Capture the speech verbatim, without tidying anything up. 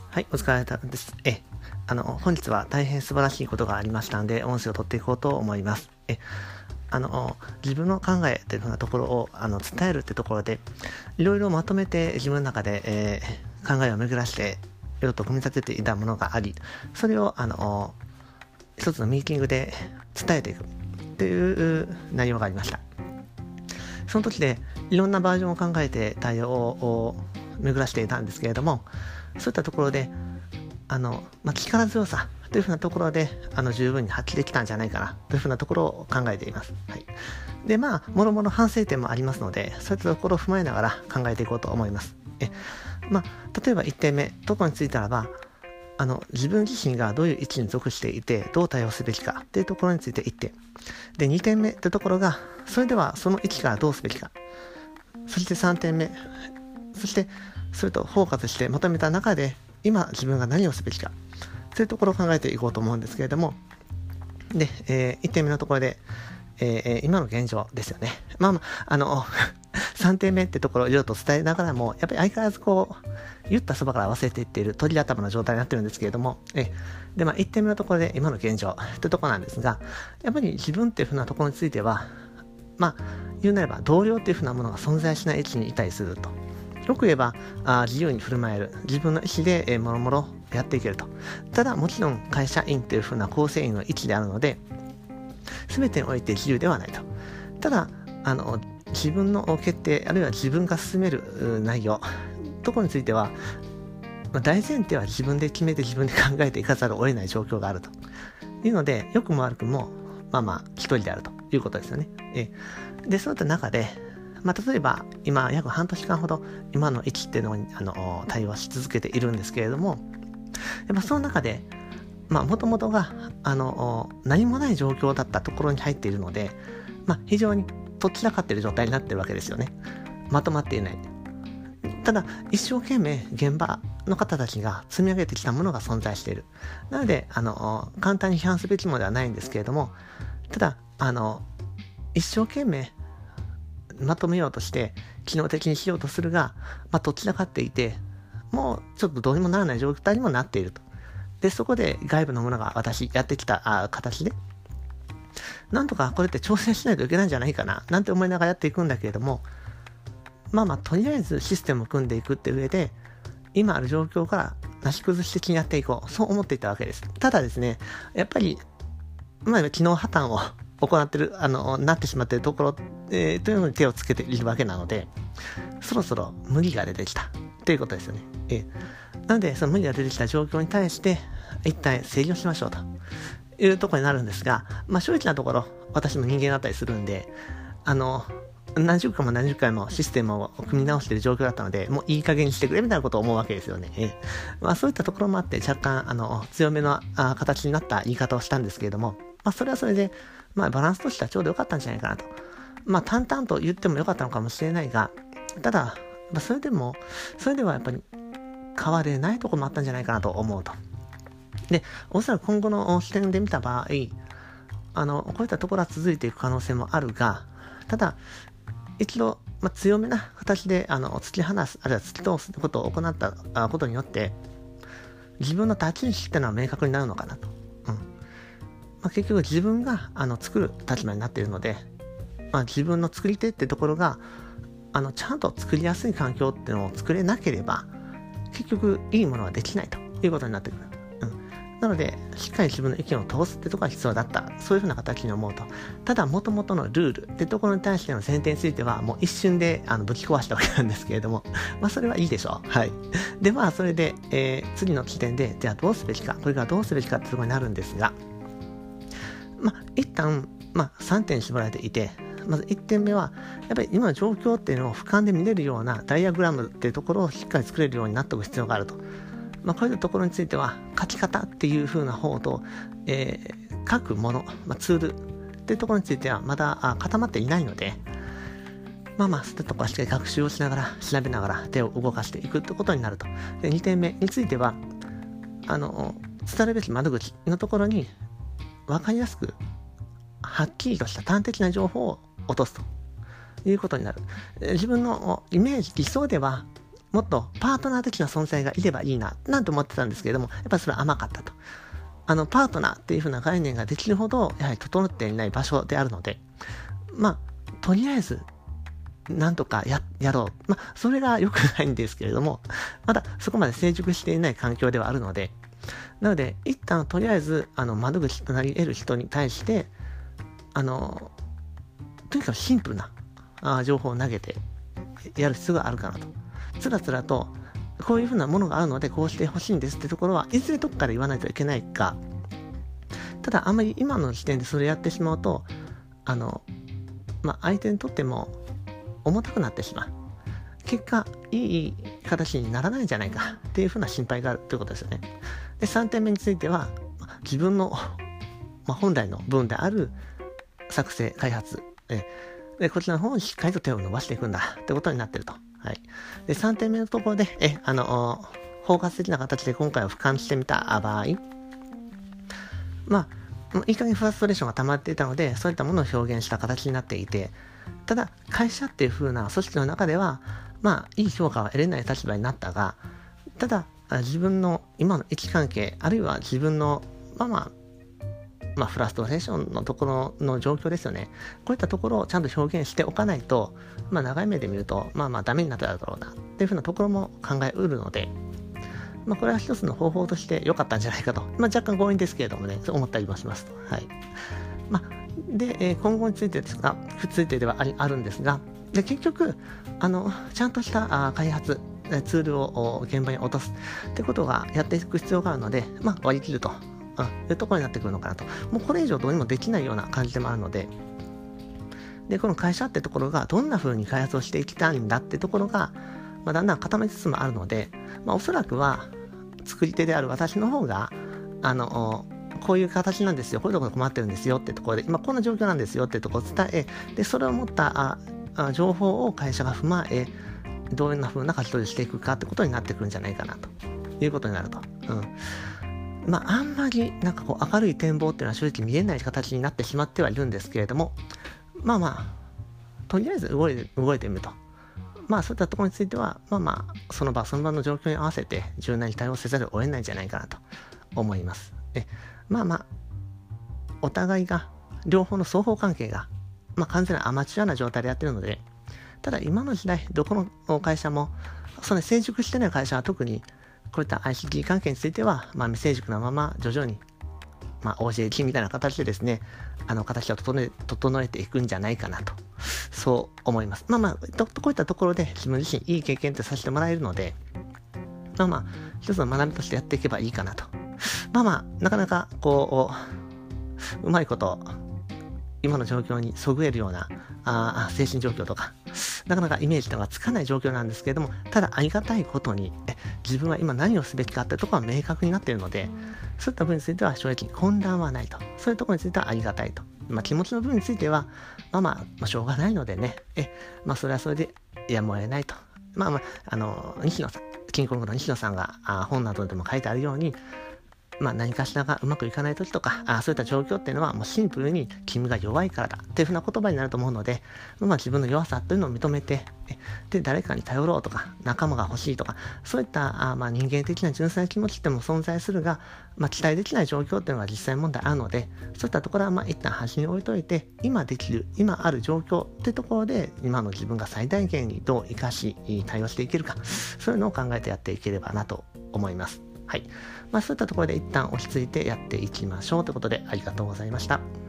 はい、お疲れ様です。え、あの、本日は大変素晴らしいことがありましたので、音声を取っていこうと思います。え、あの、自分の考えというふうなところをあの伝えるってところで、いろいろまとめて自分の中で、えー、考えを巡らして、いろいろと組み立てていたものがあり、それを、あの、一つのミーティングで伝えていくという内容がありました。その時で、いろんなバージョンを考えて対応を巡らしていたんですけれども、そういったところであの、まあ、力強さというふうなところであの十分に発揮できたんじゃないかなというふうなところを考えています。はい、でまあもろもろ反省点もありますので、そういったところを踏まえながら考えていこうと思います。え、まあ、例えばいってんめところについてはあの自分自身がどういう位置に属していてどう対応すべきかというところについていってでにてんめというところがそれではその位置からどうすべきか、そしてさんてんめ、そしてそれとフォーカスしてまとめた中で今自分が何をすべきかというところを考えていこうと思うんですけれども、で、えー、いってんめのところで、えー、今の現状ですよね。まあまあ、あのさんてんめってところをいろいろと伝えながらもやっぱり相変わらずこう言ったそばから忘れていっている鳥頭の状態になってるんですけれども、えでまあいってんめのところで今の現状というところなんですが、やっぱり自分っていうふうなところについてはまあ言うなれば同僚っていうふうなものが存在しない位置にいたりすると。よく言えばあ自由に振る舞える、自分の意思で、えー、もろもろやっていけると。ただもちろん会社員というふうな構成員の位置であるので全てにおいて自由ではないと。ただあの自分の決定あるいは自分が進める内容ところについては、まあ、大前提は自分で決めて自分で考えていかざるを得ない状況があるというので、良くも悪くもまあまあ一人であるということですよね。えでそういった中でまあ、例えば今約半年間ほど今の位置っていうのにあの対応し続けているんですけれども、やっぱその中でもともとがあの何もない状況だったところに入っているので、まあ、非常にとっちらかっている状態になっているわけですよね。まとまっていない。ただ一生懸命現場の方たちが積み上げてきたものが存在している。なのであの簡単に批判すべきものではないんですけれども、ただあの一生懸命まとめようとして機能的にしようとするが、まあ、どちらかっていてもうちょっとどうにもならない状態にもなっていると。でそこで外部のものが私やってきたあ形でなんとかこれって調整しないといけないんじゃないかななんて思いながらやっていくんだけれども、まあまあとりあえずシステムを組んでいくって上で今ある状況からなし崩し的にやっていこう、そう思っていたわけです。ただですね、やっぱりまあ昨日破綻を行ってるあのなってしまっているところ、えー、というのに手をつけているわけなので、そろそろ無理が出てきたということですよね。えー、なのでその無理が出てきた状況に対して一旦制御しましょうというところになるんですが、まあ正直なところ私も人間だったりするんで、あの何十回も何十回もシステムを組み直している状況だったので、もういい加減にしてくれみたいなことを思うわけですよね。えーまあ、そういったところもあって若干あの強めのあ形になった言い方をしたんですけれども、まあ、それはそれでまあバランスとしてはちょうど良かったんじゃないかなと。まあ淡々と言っても良かったのかもしれないが、ただ、まあ、それでもそれではやっぱり変われないところもあったんじゃないかなと思うと。で、おそらく今後の視点で見た場合、あのこういったところは続いていく可能性もあるが、ただ一度、まあ、強めな形であの突き放す、あるいは突き通すことを行ったことによって自分の立ち位置っていうのは明確になるのかなと。うんまあ、結局自分があの作る立場になっているので、まあ、自分の作り手ってところがあのちゃんと作りやすい環境っていうのを作れなければ結局いいものはできないということになってくる。うん、なのでしっかり自分の意見を通すってところが必要だった、そういうふうな形に思うと。ただ元々のルールってところに対しての前提についてはもう一瞬であのぶち壊したわけなんですけれども、まあそれはいいでしょう。はい。でまあそれで、えー、次の起点でじゃあどうすべきか、これからどうすべきかってところになるんですが、まあ一旦まあさんてん絞られていて、まずいってんめはやっぱり今の状況っていうのを俯瞰で見れるようなダイアグラムっていうところをしっかり作れるようになっておく必要があると。まあ、こういったところについては書き方っていう風な方と、えー、書くもの、まあ、ツールっていうところについてはまだ固まっていないので、まあまあそういったところはしっかり学習をしながら調べながら手を動かしていくってことになると。でにてんめについてはあの伝えるべき窓口のところに分かりやすくはっきりとした端的な情報を落とすということになる。自分のイメージ理想ではもっとパートナー的な存在がいればいいな、なんて思ってたんですけれども、やっぱりそれは甘かったと。あの、パートナーっていう風な概念ができるほど、やはり整っていない場所であるので、まあ、とりあえず、なんとかや、やろう。まあ、それが良くないんですけれども、まだそこまで成熟していない環境ではあるので、なので、一旦とりあえず、あの、窓口となり得る人に対して、あの、とにかくシンプルなあ情報を投げてやる必要があるかなと。つらつらと、こういうふうなものがあるのでこうしてほしいんですってところはいずれどっかで言わないといけないが、ただあんまり今の時点でそれやってしまうと、あの、まあ、相手にとっても重たくなってしまう。結果、いい形にならないんじゃないかっていうふうな心配があるということですよね。で、さんてんめについては、自分の、まあ、本来の分である作成、開発、えでこちらの方にしっかりと手を伸ばしていくんだってことになっていると。はい。で、さんてんめのところで、え、あの、包括的な形で今回は俯瞰してみた場合、まあ、いい加減フラストレーションが溜まっていたので、そういったものを表現した形になっていて、ただ、会社っていう風な組織の中では、まあ、いい評価は得れない立場になったが、ただ、自分の今の位置関係、あるいは自分の、まあまあ、まあ、フラストレーションのところの状況ですよね。こういったところをちゃんと表現しておかないと、まあ、長い目で見ると、まあまあ、ダメになってるだろうな、っていうふうなところも考えうるので、まあ、これは一つの方法として良かったんじゃないかと、まあ、若干強引ですけれどもね、そう思ったりもしますと。はい。まあ、で、えー、今後についてですが、ついてではありあるんですが、で、結局、あの、ちゃんとしたあ開発、ツールを現場に落とすってことがやっていく必要があるので、まあ、割り切ると。うん、いうところになってくるのかなと。もうこれ以上どうにもできないような感じでもあるので、で、この会社ってところがどんな風に開発をしていきたいんだってところが、まあ、だんだん固めつつもあるので、まあ、おそらくは作り手である私の方が、あの、こういう形なんですよ、こういうところで困ってるんですよってところで、今こんな状況なんですよってところを伝え、で、それを持ったああ情報を会社が踏まえ、どんな風な活動をしていくかってことになってくるんじゃないかなということになると。うん。まあ、あんまりなんかこう明るい展望っていうのは正直見えない形になってしまってはいるんですけれども、まあまあ、とりあえず動いて、動いてみると。まあそういったところについては、まあまあ、その場その場の状況に合わせて柔軟に対応せざるを得ないんじゃないかなと思います。えまあまあ、お互いが、両方の双方関係が、まあ完全なアマチュアな状態でやってるので、ただ今の時代、どこの会社も、その成熟してない会社は特に、こういった アイシーティー 関係については、まあ、未成熟なまま徐々に、まあ、オージェーティー みたいな形でですね、あの形を整え、整えていくんじゃないかなと、そう思います。まあまあ、こういったところで自分自身いい経験ってさせてもらえるので、まあまあ、一つの学びとしてやっていけばいいかなと。まあまあ、なかなか、こう、うまいこと、今の状況にそぐえるようなあ精神状況とか、なかなかイメージがつかない状況なんですけれども、ただありがたいことに、え自分は今何をすべきかってところは明確になっているので、そういった部分については正直混乱はないと。そういうところについてはありがたいと。まあ気持ちの部分については、まあまあ、まあ、しょうがないのでね、えまあそれはそれでやむを得ないと。まあまあ、あの、西野さん、キングコングの西野さんがあ本などでも書いてあるように、まあ何かしらがうまくいかない時とか、あそういった状況っていうのはもうシンプルに君が弱いからだっていうふうな言葉になると思うので、まあ自分の弱さというのを認めて、で、誰かに頼ろうとか、仲間が欲しいとか、そういったあまあ人間的な純粋な気持ちっても存在するが、まあ期待できない状況っていうのは実際問題あるので、そういったところはまあ一旦端に置いといて、今できる、今ある状況っていうところで、今の自分が最大限にどう生かし、対応していけるか、そういうのを考えてやっていければなと思います。はい。まあそういったところで一旦落ち着いてやっていきましょうということでありがとうございました。